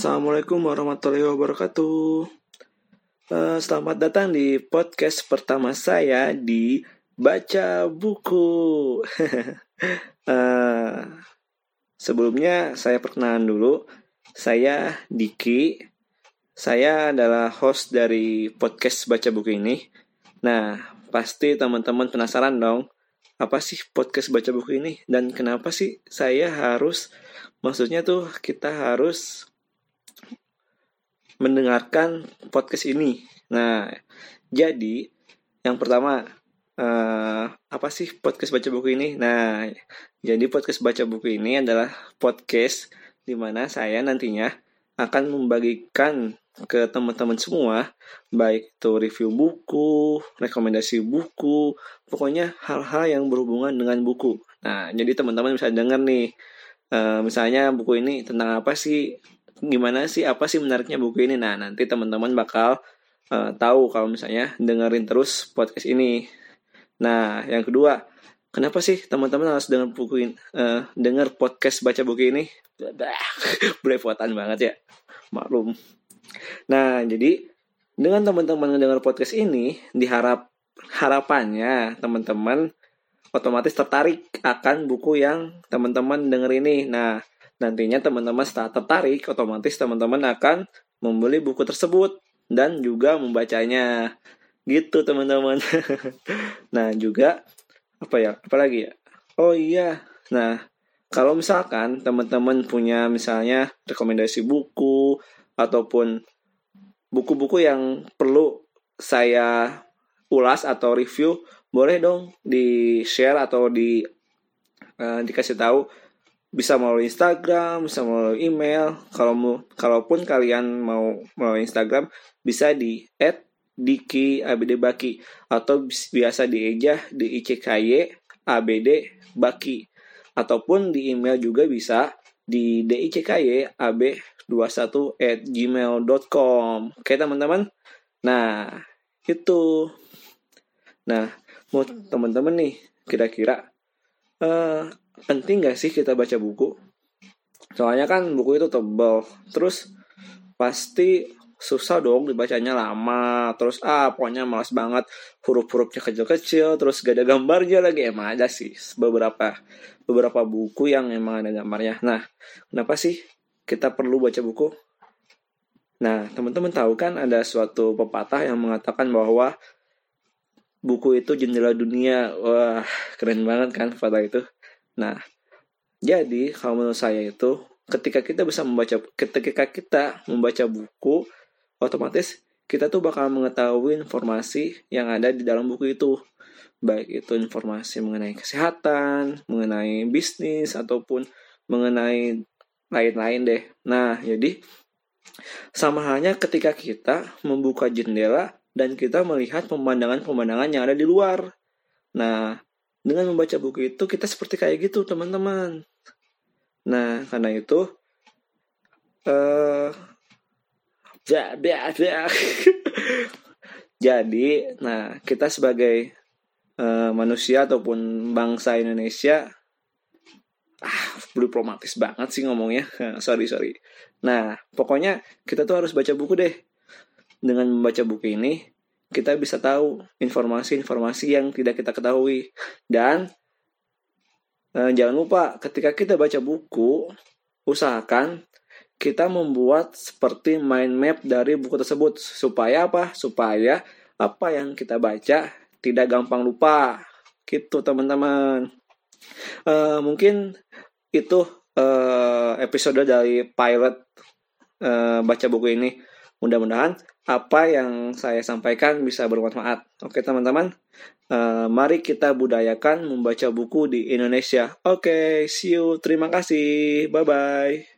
Assalamualaikum warahmatullahi wabarakatuh. Selamat datang di podcast pertama saya di Baca Buku. Sebelumnya saya perkenalan dulu. Saya Diki. Saya adalah host dari podcast Baca Buku ini. Nah, pasti teman-teman penasaran dong, apa sih podcast Baca Buku ini? Dan kenapa sih saya harus, maksudnya tuh kita harus mendengarkan podcast ini. Nah, jadi yang pertama, apa sih podcast Baca Buku ini? Nah, jadi podcast Baca Buku ini adalah podcast di mana saya nantinya akan membagikan ke teman-teman semua, baik itu review buku, rekomendasi buku, pokoknya hal-hal yang berhubungan dengan buku. Nah, jadi teman-teman bisa dengar nih, misalnya buku ini tentang apa sih, gimana sih, apa sih menariknya buku ini. Nah, nanti teman-teman bakal tahu kalau misalnya dengerin terus podcast ini. Nah, yang kedua, kenapa sih teman-teman harus dengar podcast Baca Buku ini? Belepotan banget ya, maklum. Nah, jadi dengan teman-teman mendengar podcast ini, harapannya teman-teman otomatis tertarik akan buku yang teman-teman denger ini. Nah, nantinya teman-teman setelah tertarik, otomatis teman-teman akan membeli buku tersebut dan juga membacanya. Gitu teman-teman. Nah, juga apalagi ya? Oh iya. Nah, kalau misalkan teman-teman punya misalnya rekomendasi buku ataupun buku-buku yang perlu saya ulas atau review, boleh dong di-share atau dikasih tahu. Bisa melalui Instagram, bisa melalui email. Kalaupun kalian mau melalui Instagram, bisa di @diki_abdbaki atau biasa diejah di ICKY_ABD_baki, ataupun di email juga bisa di dicky21@gmail.com. Oke teman-teman. Nah, itu. Nah, mau teman-teman nih, kira-kira penting gak sih kita baca buku? Soalnya kan buku itu tebal, terus pasti susah dong dibacanya, lama, terus pokoknya malas banget, huruf-hurufnya kecil-kecil, terus gak ada gambarnya lagi. Emang ada sih beberapa buku yang emang ada gambarnya. Nah, kenapa sih kita perlu baca buku? Nah, teman-teman tahu kan ada suatu pepatah yang mengatakan bahwa buku itu jendela dunia. Wah, keren banget kan pepatah itu. Nah, jadi kalau menurut saya itu ketika kita membaca buku, otomatis kita tuh bakal mengetahui informasi yang ada di dalam buku itu. Baik itu informasi mengenai kesehatan, mengenai bisnis, ataupun mengenai lain-lain deh. Nah, jadi sama halnya ketika kita membuka jendela dan kita melihat pemandangan-pemandangan yang ada di luar. Nah, dengan membaca buku itu kita seperti kayak gitu teman-teman. Nah, karena itu jadi, nah kita sebagai manusia ataupun bangsa Indonesia, diplomatis banget sih ngomongnya. sorry. Nah, pokoknya kita tuh harus baca buku deh. Dengan membaca buku ini, kita bisa tahu informasi-informasi yang tidak kita ketahui. Dan jangan lupa ketika kita baca buku, usahakan kita membuat seperti mind map dari buku tersebut. Supaya apa? Supaya apa yang kita baca tidak gampang lupa. Gitu teman-teman. Mungkin itu episode dari pilot baca buku ini. Mudah-mudahan apa yang saya sampaikan bisa bermanfaat. Oke teman-teman, mari kita budayakan membaca buku di Indonesia. Oke, see you. Terima kasih. Bye-bye.